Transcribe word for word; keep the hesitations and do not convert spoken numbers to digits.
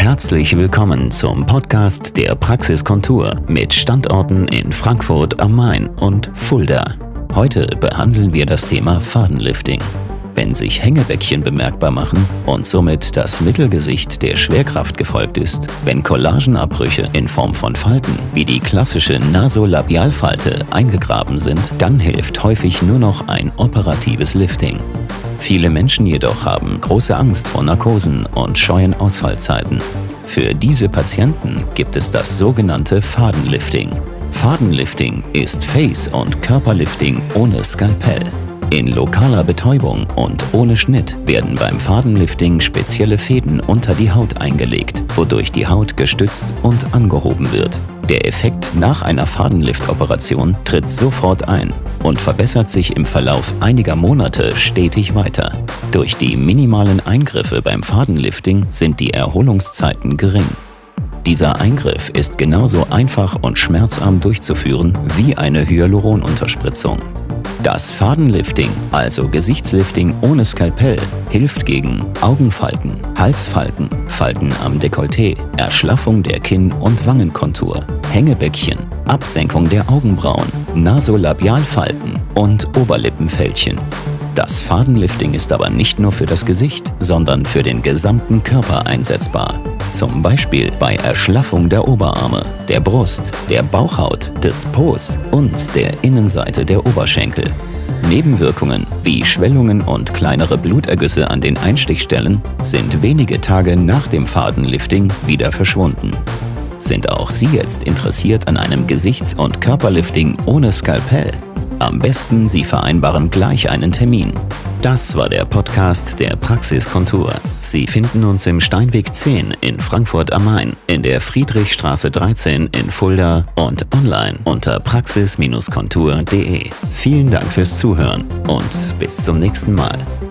Herzlich willkommen zum Podcast der Praxiskontur mit Standorten in Frankfurt am Main und Fulda. Heute behandeln wir das Thema Fadenlifting. Wenn sich Hängebäckchen bemerkbar machen und somit das Mittelgesicht der Schwerkraft gefolgt ist, wenn Collagenabbrüche in Form von Falten wie die klassische Nasolabialfalte eingegraben sind, dann hilft häufig nur noch ein operatives Lifting. Viele Menschen jedoch haben große Angst vor Narkosen und scheuen Ausfallzeiten. Für diese Patienten gibt es das sogenannte Fadenlifting. Fadenlifting ist Face- und Körperlifting ohne Skalpell. In lokaler Betäubung und ohne Schnitt werden beim Fadenlifting spezielle Fäden unter die Haut eingelegt, wodurch die Haut gestützt und angehoben wird. Der Effekt nach einer Fadenlift-Operation tritt sofort ein und verbessert sich im Verlauf einiger Monate stetig weiter. Durch die minimalen Eingriffe beim Fadenlifting sind die Erholungszeiten gering. Dieser Eingriff ist genauso einfach und schmerzarm durchzuführen wie eine Hyaluronunterspritzung. Das Fadenlifting, also Gesichtslifting ohne Skalpell, hilft gegen Augenfalten, Halsfalten, Falten am Dekolleté, Erschlaffung der Kinn- und Wangenkontur, Hängebäckchen, Absenkung der Augenbrauen, Nasolabialfalten und Oberlippenfältchen. Das Fadenlifting ist aber nicht nur für das Gesicht, sondern für den gesamten Körper einsetzbar. Zum Beispiel bei Erschlaffung der Oberarme, der Brust, der Bauchhaut, des Po's und der Innenseite der Oberschenkel. Nebenwirkungen wie Schwellungen und kleinere Blutergüsse an den Einstichstellen sind wenige Tage nach dem Fadenlifting wieder verschwunden. Sind auch Sie jetzt interessiert an einem Gesichts- und Körperlifting ohne Skalpell? Am besten, Sie vereinbaren gleich einen Termin. Das war der Podcast der Praxiskontur. Sie finden uns im Steinweg zehn in Frankfurt am Main, in der Friedrichstraße dreizehn in Fulda und online unter praxis Bindestrich kontur punkt de. Vielen Dank fürs Zuhören und bis zum nächsten Mal.